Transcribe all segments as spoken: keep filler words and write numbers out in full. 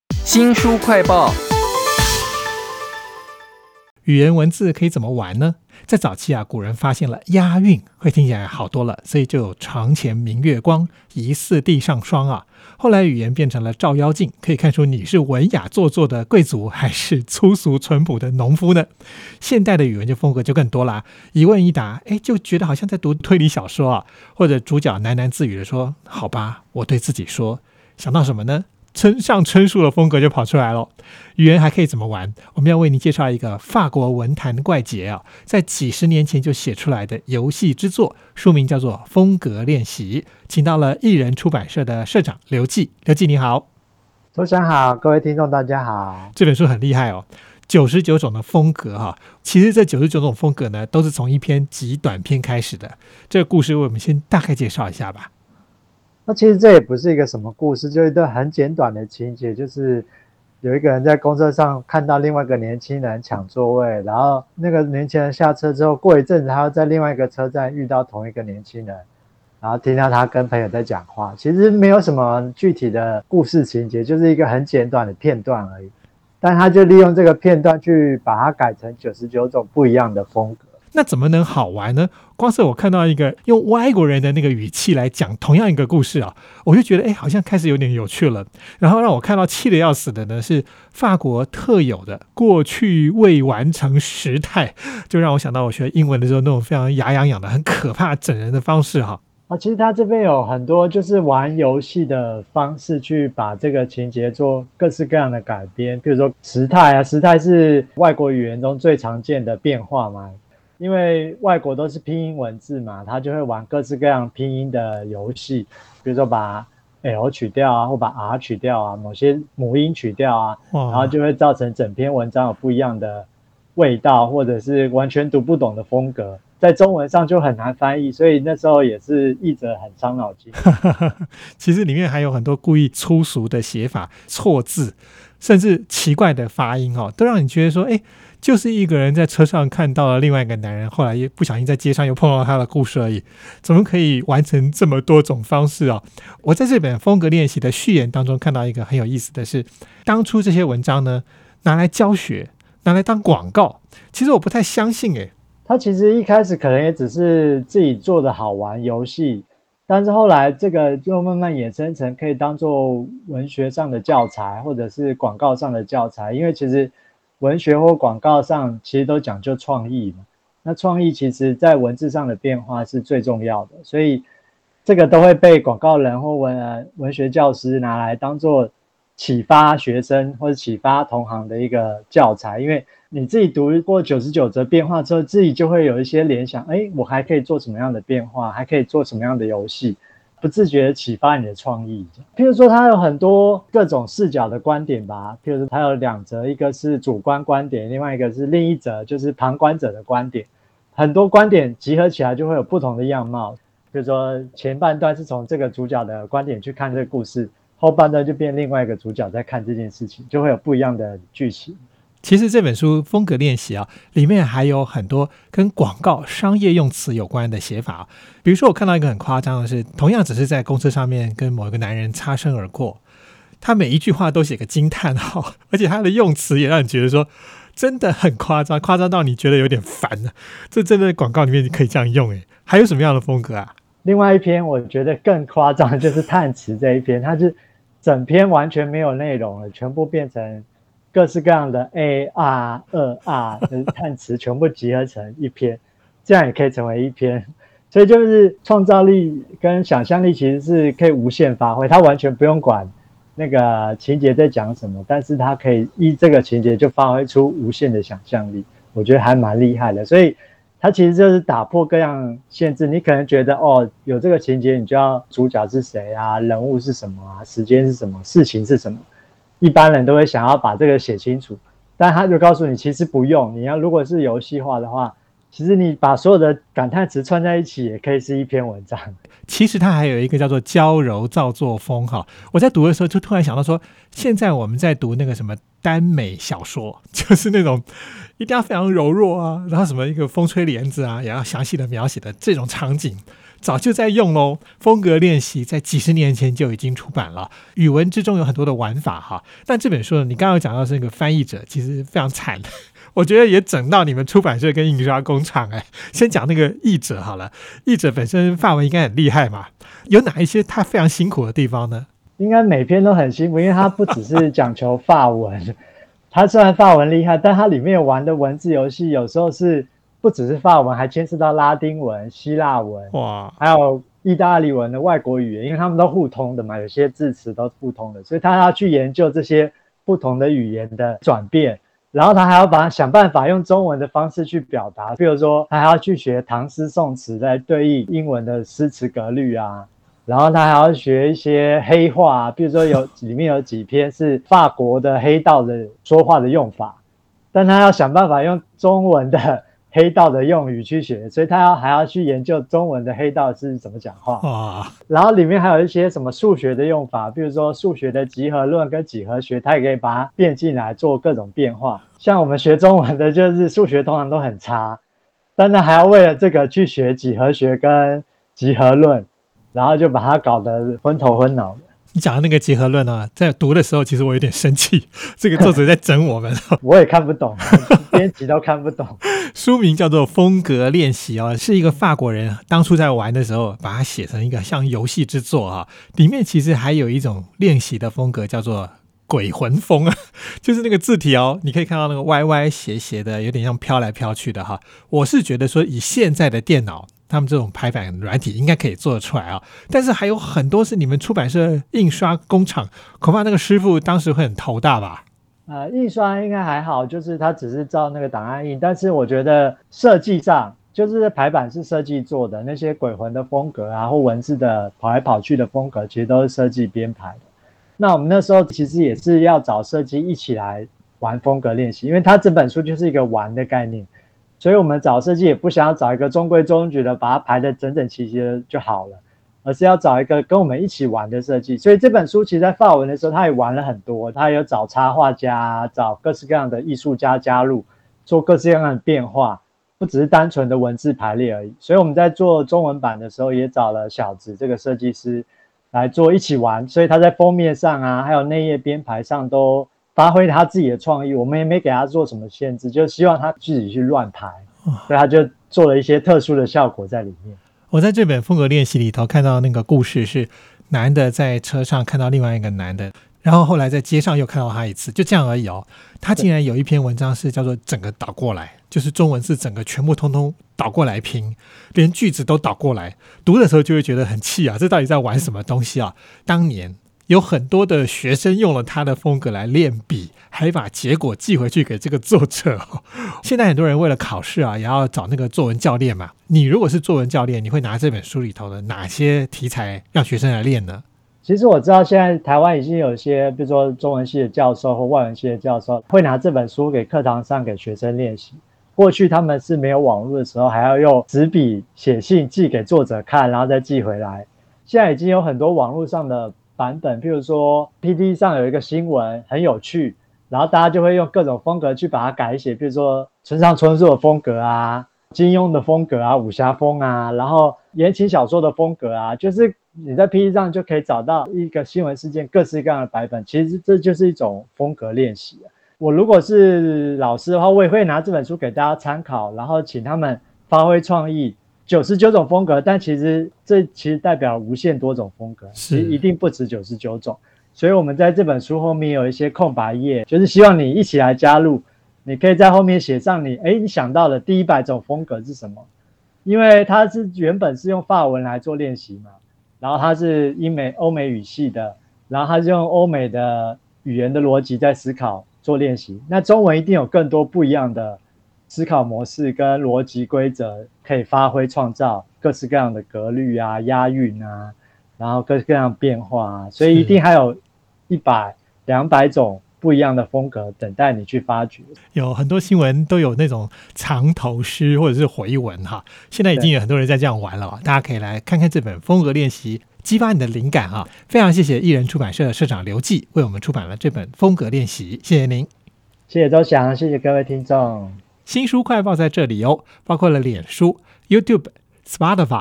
新书快报。 语言文字可以怎么玩呢？在早期啊，古人发现了押韵，会听起来好多了，所以就有床前明月光，疑似地上霜啊。后来语言变成了照妖镜，可以看出你是文雅做作的贵族，还是粗俗淳朴的农夫呢？现代的语文就风格就更多啦，一问一答，哎，就觉得好像在读推理小说啊，或者主角喃喃自语的说：“好吧，我对自己说。”想到什么呢？村上春树的风格就跑出来了。语言还可以怎么玩？我们要为您介绍一个法国文坛怪杰啊，在几十年前就写出来的游戏之作，书名叫做《风格练习》，请到了艺人出版社的社长刘季。刘季你好。 周翔好，各位听众大家好。 这本书很厉害哦，九十九种的风格哈。其实这九十九种风格呢，都是从一篇极短篇开始的。这个故事我们先大概介绍一下吧。 那其实这也不是一个什么故事，就一段很简短的情节，就是有一个人在公车上看到另外一个年轻人抢座位，然后那个年轻人下车之后，过一阵子他又在另外一个车站遇到同一个年轻人，然后听到他跟朋友在讲话。其实没有什么具体的故事情节，就是一个很简短的片段而已，但他就利用这个片段去把它改成九十九种不一样的风格。 那怎么能好玩呢？光是我看到一个用外国人的那个语气来讲同样一个故事啊，我就觉得哎，好像开始有点有趣了。然后让我看到气得要死的呢，是法国特有的过去未完成时态，就让我想到我学英文的时候那种非常牙痒痒的、很可怕整人的方式哈。 啊，其实他这边有很多就是玩游戏的方式去把这个情节做各式各样的改编，比如说时态啊，时态是外国语言中最常见的变化嘛。因为外国都是拼音文字嘛，他就会玩各式各样拼音的游戏，比如说把 L 取掉啊，或把 R 取掉啊，某些母音取掉啊，然后就会造成整篇文章有不一样的味道，或者是完全读不懂的风格，在中文上就很难翻译，所以那时候也是译者很伤脑筋。 其实里面还有很多故意粗俗的写法、错字，甚至奇怪的发音哦，都让你觉得说，哎，就是一个人在车上看到了另外一个男人，后来也不小心在街上又碰到他的故事而已，怎么可以完成这么多种方式哦？我在这本风格练习的序言当中看到一个很有意思的是，当初这些文章呢拿来教学，拿来当广告，其实我不太相信诶。 他其实一开始可能也只是自己做的好玩游戏，但是后来这个就慢慢衍生成可以当做文学上的教材，或者是广告上的教材，因为其实文学或广告上其实都讲究创意嘛，那创意其实在文字上的变化是最重要的，所以这个都会被广告人或 文, 文学教师拿来当做启发学生或者启发同行的一个教材，因为你自己读过九十九则变化之后，自己就会有一些联想，哎，我还可以做什么样的变化，还可以做什么样的游戏，不自觉的启发你的创意。譬如说它有很多各种视角的观点吧，譬如说它有两则，一个是主观观点，另外一个是另一则就是旁观者的观点，很多观点集合起来就会有不同的样貌。比如说前半段是从这个主角的观点去看这个故事，后半段就变另外一个主角在看这件事情，就会有不一样的剧情。 其实这本书风格练习啊，里面还有很多跟广告商业用词有关的写法。比如说我看到一个很夸张的是，同样只是在公车上面跟某一个男人擦身而过，他每一句话都写个惊叹号，而且他的用词也让你觉得说真的很夸张，夸张到你觉得有点烦了。这真的广告里面你可以这样用耶。还有什么样的风格啊？ 另外一篇我觉得更夸张的就是叹词这一篇，它是整篇完全没有内容了，全部变成各式各样的 A R 二 R 就是叹词全部集合成一篇，这样也可以成为一篇。所以就是创造力跟想象力其实是可以无限发挥，它完全不用管那个情节在讲什么，但是它可以依这个情节就发挥出无限的想象力，我觉得还蛮厉害的。所以它其实就是打破各样限制，你可能觉得哦，有这个情节你就要主角是谁啊，人物是什么啊，时间是什么，事情是什么，一般人都会想要把这个写清楚，但他就告诉你其实不用，你要如果是游戏化的话，其实你把所有的感叹词串在一起也可以是一篇文章。 其实它还有一个叫做娇柔造作风哈，我在读的时候就突然想到说，现在我们在读那个什么耽美小说，就是那种一定要非常柔弱啊，然后什么一个风吹帘子啊，也要详细的描写的这种场景， 早就在用咯。风格练习在几十年前就已经出版了，语文之中有很多的玩法哈。但这本书呢，你刚刚有讲到是那个翻译者其实非常惨的，我觉得也整到你们出版社跟印刷工厂。哎，先讲那个译者好了，译者本身法文应该很厉害嘛，有哪一些他非常辛苦的地方呢？ 应该每篇都很辛苦，因为他不只是讲求法文他虽然法文厉害，但他里面玩的文字游戏有时候是不只是法文，还牵涉到拉丁文、希腊文，哇，还有意大利文的外国语言，因为他们都互通的嘛，有些字词都互通的，所以他要去研究这些不同的语言的转变，然后他还要把想办法用中文的方式去表达，比如说他还要去学唐诗宋词来对应英文的诗词格律啊，然后他还要学一些黑话，比如说有里面有几篇是法国的黑道的说话的用法，但他要想办法用中文的黑道的用语去学，所以他要还要去研究中文的黑道是怎么讲话。然后里面还有一些什么数学的用法，比如说数学的集合论跟几何学，他也可以把它变进来做各种变化。像我们学中文的就是数学通常都很差，但是还要为了这个去学几何学跟集合论，然后就把它搞得昏头昏脑的。 你讲的那个集合论啊，在读的时候其实我有点生气，这个作者在整我们我也看不懂，编辑都看不懂。 书名叫做风格练习哦，是一个法国人当初在玩的时候把它写成一个像游戏之作啊，里面其实还有一种练习的风格叫做鬼魂风啊，就是那个字体哦，你可以看到那个歪歪斜斜的，有点像飘来飘去的哈。我是觉得说以现在的电脑他们这种排版软体应该可以做得出来啊，但是还有很多是你们出版社印刷工厂，恐怕那个师傅当时会很头大吧？ 呃，印刷应该还好，就是他只是照那个档案印，但是我觉得设计上，就是排版是设计做的，那些鬼魂的风格啊，或文字的跑来跑去的风格，其实都是设计编排的。那我们那时候其实也是要找设计一起来玩风格练习，因为它这本书就是一个玩的概念。所以我们找设计也不想要找一个中规中矩的把它排得整整齐齐的就好了，而是要找一个跟我们一起玩的设计。所以这本书其实在法文的时候他也玩了很多，他有找插画家，找各式各样的艺术家加入，做各式各样的变化，不只是单纯的文字排列而已。所以我们在做中文版的时候也找了小子这个设计师来做一起玩，所以他在封面上啊还有内页编排上都发挥他自己的创意，我们也没给他做什么限制，就希望他自己去乱排，所以他就做了一些特殊的效果在里面。 我在这本风格练习里头看到那个故事是男的在车上看到另外一个男的，然后后来在街上又看到他一次，就这样而已哦。他竟然有一篇文章是叫做整个倒过来，就是中文是整个全部通通倒过来拼，连句子都倒过来，读的时候就会觉得很气啊，这到底在玩什么东西啊？当年有很多的学生用了他的风格来练笔，还把结果寄回去给这个作者。现在很多人为了考试啊，也要找那个作文教练嘛。你如果是作文教练，你会拿这本书里头的哪些题材让学生来练呢？ 其实我知道现在台湾已经有一些比如说中文系的教授或外文系的教授会拿这本书给课堂上给学生练习。过去他们是没有网络的时候还要用纸笔写信寄给作者看，然后再寄回来。现在已经有很多网络上的版本，譬如说 P D 上有一个新闻很有趣，然后大家就会用各种风格去把它改写，比如说村上春树的风格啊，金庸的风格啊，武侠风啊，然后言情小说的风格啊，就是你在 P D 上就可以找到一个新闻事件各式各样的版本，其实这就是一种风格练习。我如果是老师的话，我也会拿这本书给大家参考，然后请他们发挥创意，九十九种风格，但其实这其实代表无限多种风格，其实一定不止九十九种。所以我们在这本书后面有一些空白页，就是希望你一起来加入，你可以在后面写上你诶你想到的第一百种风格是什么，因为它是原本是用法文来做练习嘛，然后它是英美欧美语系的，然后它是用欧美的语言的逻辑在思考做练习，那中文一定有更多不一样的思考模式跟逻辑规则可以发挥创造各式各样的格律啊押韵啊，然后各式各样的变化啊，所以一定还有一百两百种不一样的风格等待你去发掘。 有很多新闻都有那种藏头诗或者是回文哈，现在已经有很多人在这样玩了，大家可以来看看这本风格练习，激发你的灵感哈。非常谢谢艺人出版社的社长刘季为我们出版了这本风格练习，谢谢您。 谢谢周翔，谢谢各位听众。 新书快报在这里哦，包括了脸书、YouTube、Spotify、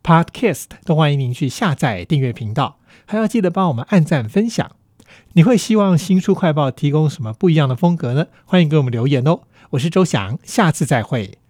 Podcast 都欢迎您去下载订阅频道，还要记得帮我们按赞分享。你会希望新书快报提供什么不一样的风格呢？欢迎给我们留言哦。我是周翔，下次再会。